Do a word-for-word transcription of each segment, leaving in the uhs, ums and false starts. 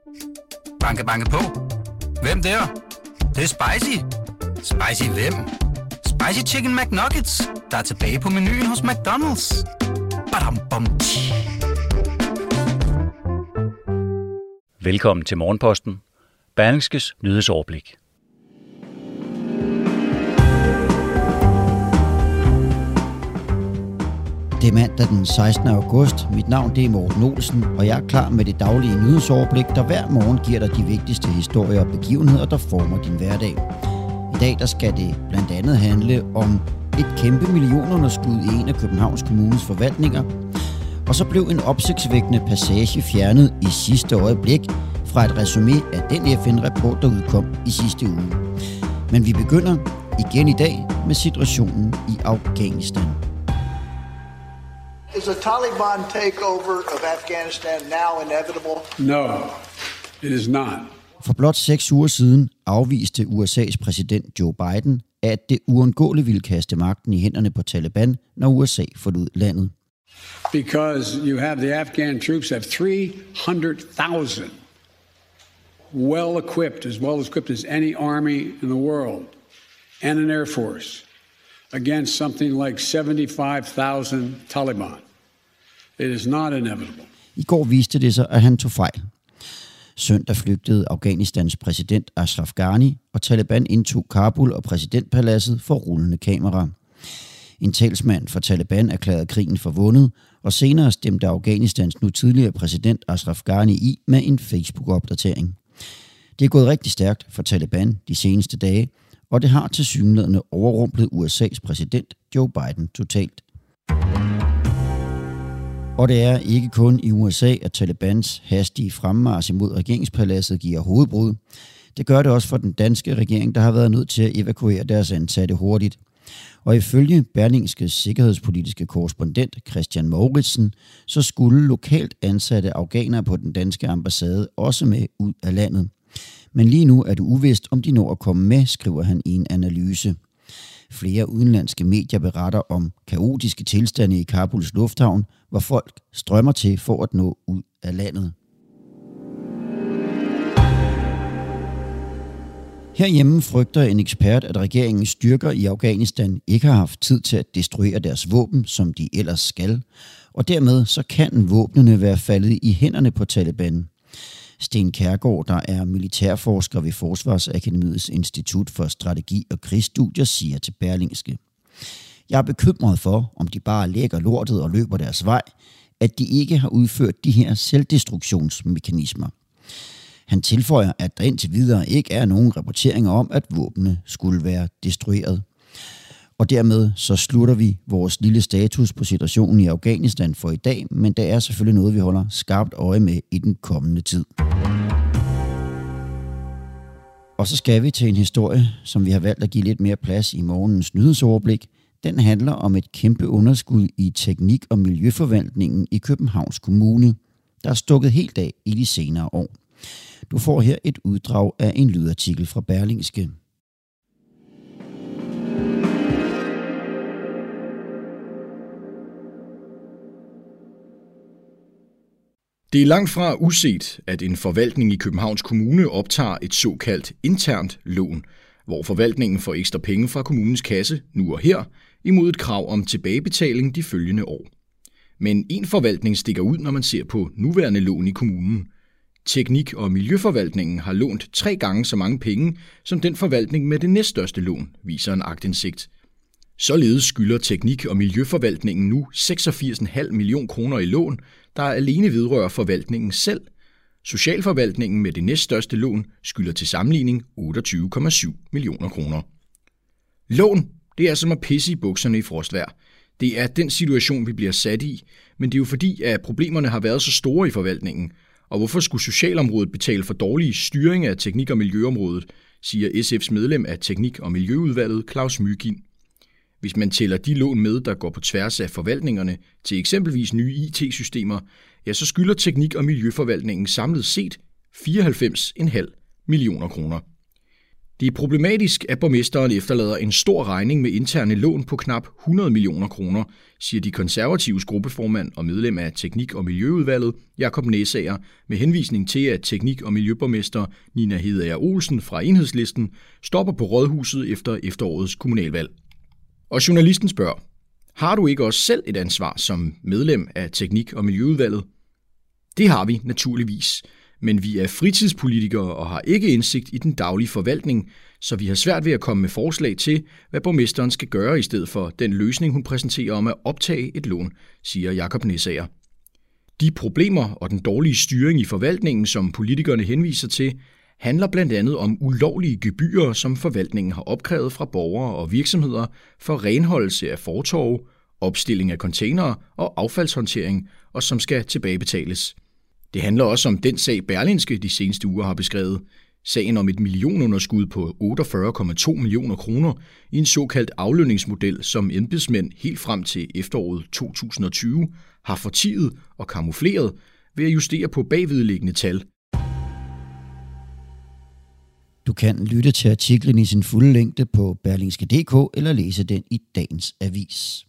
Banke, banke på. Hvem der? Det, det er spicy. Spicy hvem? Spicy Chicken McNuggets, der er tilbage på menuen hos McDonald's. Badum, bom, tji. Velkommen til Morgenposten. Berlingskes nyhedsoverblik. Det er mandag den sekstende august. Mit navn det er Morten Olsen, og jeg er klar med det daglige nyhedsoverblik, der hver morgen giver dig de vigtigste historier og begivenheder, der former din hverdag. I dag der skal det blandt andet handle om et kæmpe millionunderskud i en af Københavns Kommunes forvaltninger, og så blev en opsigtsvækkende passage fjernet i sidste øjeblik fra et resumé af den F N-rapport, der udkom i sidste uge. Men vi begynder igen i dag med situationen i Afghanistan. Is a Taliban takeover of Afghanistan now inevitable? No, it is not. For blot seks uger siden afviste U S A's præsident Joe Biden, at det uundgåeligt ville kaste magten i hænderne på Taliban, når U S A forlod landet. Because you have the Afghan troops have three hundred thousand well equipped, as well equipped as any army in the world, and an air force against something like seventy-five thousand Taliban. It is not inevitable. I går viste det sig, at han tog fejl. Søndag flygtede Afghanistans præsident Ashraf Ghani, og Taliban indtog Kabul og præsidentpaladset for rullende kamera. En talsmand for Taliban erklærede krigen for vundet, og senere stemte Afghanistans nu tidligere præsident Ashraf Ghani i med en Facebook-opdatering. Det er gået rigtig stærkt for Taliban de seneste dage, og det har tilsyneladende overrumplet U S A's præsident Joe Biden totalt. Og det er ikke kun i U S A, at Talibans hastige fremmarch imod regeringspaladset giver hovedbrud. Det gør det også for den danske regering, der har været nødt til at evakuere deres ansatte hurtigt. Og ifølge Berlingskes sikkerhedspolitiske korrespondent Christian Mouritsen, så skulle lokalt ansatte afghanere på den danske ambassade også med ud af landet. Men lige nu er det uvist, om de når at komme med, skriver han i en analyse. Flere udenlandske medier beretter om kaotiske tilstande i Kabuls lufthavn, hvor folk strømmer til for at nå ud af landet. Herhjemme frygter en ekspert, at regeringens styrker i Afghanistan ikke har haft tid til at destruere deres våben, som de ellers skal, og dermed så kan våbnene være faldet i hænderne på Taliban. Sten Kjærgaard, der er militærforsker ved Forsvarsakademiets Institut for Strategi og Krigsstudier, siger til Berlingske: Jeg er bekymret for, om de bare lægger lortet og løber deres vej, at de ikke har udført de her selvdestruktionsmekanismer. Han tilføjer, at der indtil videre ikke er nogen rapporteringer om, at våbnene skulle være destrueret. Og dermed så slutter vi vores lille status på situationen i Afghanistan for i dag, men det er selvfølgelig noget, vi holder skarpt øje med i den kommende tid. Og så skal vi til en historie, som vi har valgt at give lidt mere plads i morgens nyhedsoverblik. Den handler om et kæmpe underskud i teknik- og miljøforvaltningen i Københavns Kommune, der er stukket helt af i de senere år. Du får her et uddrag af en lydartikel fra Berlingske. Det er langt fra uset, at en forvaltning i Københavns Kommune optager et såkaldt internt lån, hvor forvaltningen får ekstra penge fra kommunens kasse nu og her, imod et krav om tilbagebetaling de følgende år. Men en forvaltning stikker ud, når man ser på nuværende lån i kommunen. Teknik- og Miljøforvaltningen har lånt tre gange så mange penge som den forvaltning med det næststørste lån, viser en aktindsigt. Således skylder Teknik- og Miljøforvaltningen nu seksogfirs komma fem millioner kroner i lån, der alene vedrører forvaltningen selv. Socialforvaltningen med det næststørste lån skylder til sammenligning otteogtyve komma syv millioner kroner. Lån, det er som at pisse i bukserne i frostvejr. Det er den situation, vi bliver sat i, men det er jo fordi, at problemerne har været så store i forvaltningen. Og hvorfor skulle socialområdet betale for dårlig styring af teknik- og miljøområdet, siger S F's medlem af Teknik- og Miljøudvalget Claus Mygind. Hvis man tæller de lån med, der går på tværs af forvaltningerne til eksempelvis nye I T-systemer, ja, så skylder Teknik- og Miljøforvaltningen samlet set fireoghalvfems komma fem millioner kroner. Det er problematisk, at borgmesteren efterlader en stor regning med interne lån på knap hundrede millioner kroner, siger de konservatives gruppeformand og medlem af Teknik- og Miljøudvalget, Jakob Næsager, med henvisning til, at teknik- og miljøborgmester Nina Hedeager Olsen fra Enhedslisten stopper på rådhuset efter efterårets kommunalvalg. Og journalisten spørger, har du ikke også selv et ansvar som medlem af Teknik- og Miljøudvalget? Det har vi naturligvis. Men vi er fritidspolitikere og har ikke indsigt i den daglige forvaltning, så vi har svært ved at komme med forslag til, hvad borgmesteren skal gøre i stedet for den løsning, hun præsenterer om at optage et lån, siger Jakob Næsager. De problemer og den dårlige styring i forvaltningen, som politikerne henviser til, handler blandt andet om ulovlige gebyrer, som forvaltningen har opkrævet fra borgere og virksomheder for renholdelse af fortorve, opstilling af containere og affaldshåndtering, og som skal tilbagebetales. Det handler også om den sag, Berlingske de seneste uger har beskrevet. Sagen om et millionunderskud på otteogfyrre komma to millioner kroner i en såkaldt aflønningsmodel, som embedsmænd helt frem til efteråret to tusind og tyve har fortiet og kamufleret ved at justere på bagvedliggende tal. Du kan lytte til artiklen i sin fulde længde på berlingske punktum d k eller læse den i dagens avis.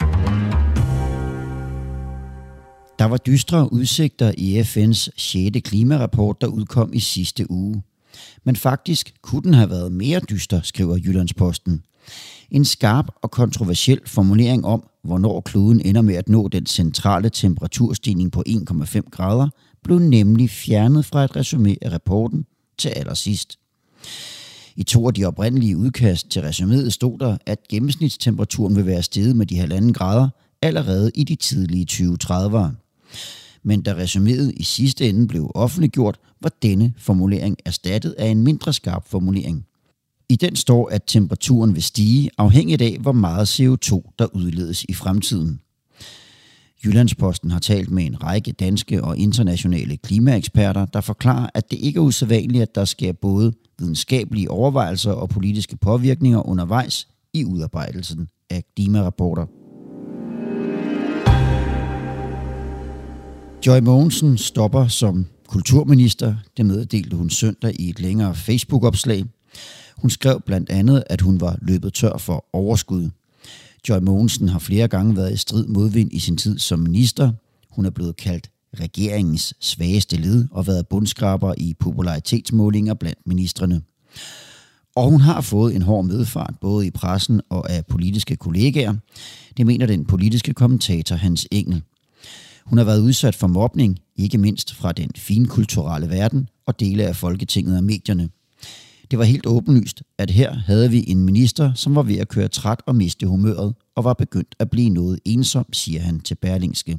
Der var dystre udsigter i F N's sjette klimarapport, der udkom i sidste uge. Men faktisk kunne den have været mere dyster, skriver Jyllandsposten. En skarp og kontroversiel formulering om, hvornår kloden ender med at nå den centrale temperaturstigning på en komma fem grader, blev nemlig fjernet fra et resumé af rapporten til allersidst. I to af de oprindelige udkast til resuméet stod der, at gennemsnitstemperaturen vil være steget med de halvanden grader allerede i de tidlige tyve tredivere. Men da resuméet i sidste ende blev offentliggjort, var denne formulering erstattet af en mindre skarp formulering. I den står, at temperaturen vil stige afhængigt af, hvor meget C O to der udledes i fremtiden. Jyllandsposten har talt med en række danske og internationale klimaeksperter, der forklarer, at det ikke er usædvanligt, at der sker både videnskabelige overvejelser og politiske påvirkninger undervejs i udarbejdelsen af klimarapporter. Joy Mogensen stopper som kulturminister. Det meddelte hun søndag i et længere Facebook-opslag. Hun skrev blandt andet, at hun var løbet tør for overskud. Joy Mogensen har flere gange været i strid modvind i sin tid som minister. Hun er blevet kaldt regeringens svageste led og været bundskraber i popularitetsmålinger blandt ministrene. Og hun har fået en hård medfart både i pressen og af politiske kollegaer. Det mener den politiske kommentator Hans Engel. Hun har været udsat for mobning, ikke mindst fra den finkulturelle verden og dele af Folketinget og medierne. Det var helt åbenlyst, at her havde vi en minister, som var ved at køre træt og miste humøret, og var begyndt at blive noget ensom, siger han til Berlingske.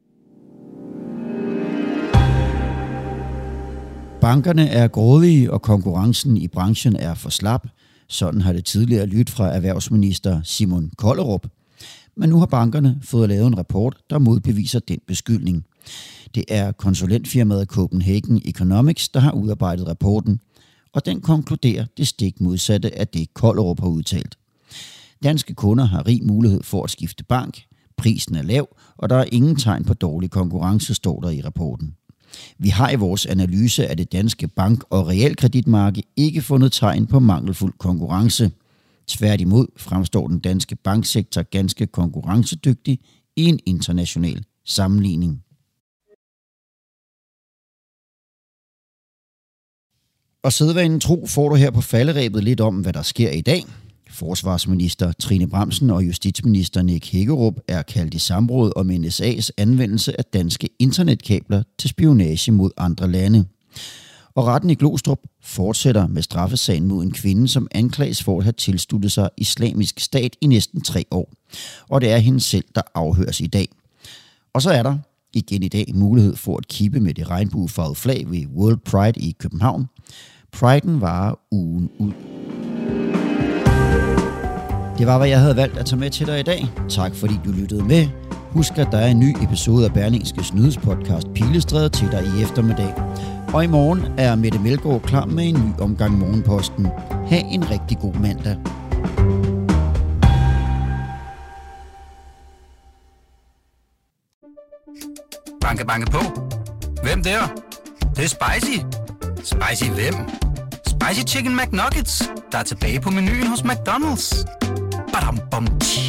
Bankerne er grådige, og konkurrencen i branchen er for slap. Sådan har det tidligere lyttet fra erhvervsminister Simon Kollerup. Men nu har bankerne fået lavet en rapport, der modbeviser den beskyldning. Det er konsulentfirmaet Copenhagen Economics, der har udarbejdet rapporten, og den konkluderer det stik modsatte af det, Kollerup har udtalt. Danske kunder har rig mulighed for at skifte bank, prisen er lav, og der er ingen tegn på dårlig konkurrence, står der i rapporten. Vi har i vores analyse af det danske bank- og realkreditmarked ikke fundet tegn på mangelfuld konkurrence. Tværtimod fremstår den danske banksektor ganske konkurrencedygtig i en international sammenligning. Og sædvanen tro får du her på falderebet lidt om, hvad der sker i dag. Forsvarsminister Trine Bramsen og justitsminister Nick Hækkerup er kaldt i samråd om N S A's anvendelse af danske internetkabler til spionage mod andre lande. Og retten i Glostrup fortsætter med straffesagen mod en kvinde, som anklages for at have tilsluttet sig Islamisk Stat i næsten tre år. Og det er hende selv, der afhøres i dag. Og så er der igen i dag mulighed for at kippe med det regnbuefarvede flag ved World Pride i København. Priden varer ugen ud. Det var, hvad jeg havde valgt at tage med til dig i dag. Tak fordi du lyttede med. Husk, at der er en ny episode af Berlingskes nyhedspodcast Pilestræde til dig i eftermiddag. Og i morgen er Mette Melgaard klar med en ny omgang Morgenposten. Ha' en rigtig god mandag. Banke, banke på. Hvem der? Det, det er spicy. Spicy hvem? Spicy Chicken McNuggets, der er tilbage på menuen hos McDonald's. Badum, bom, tji.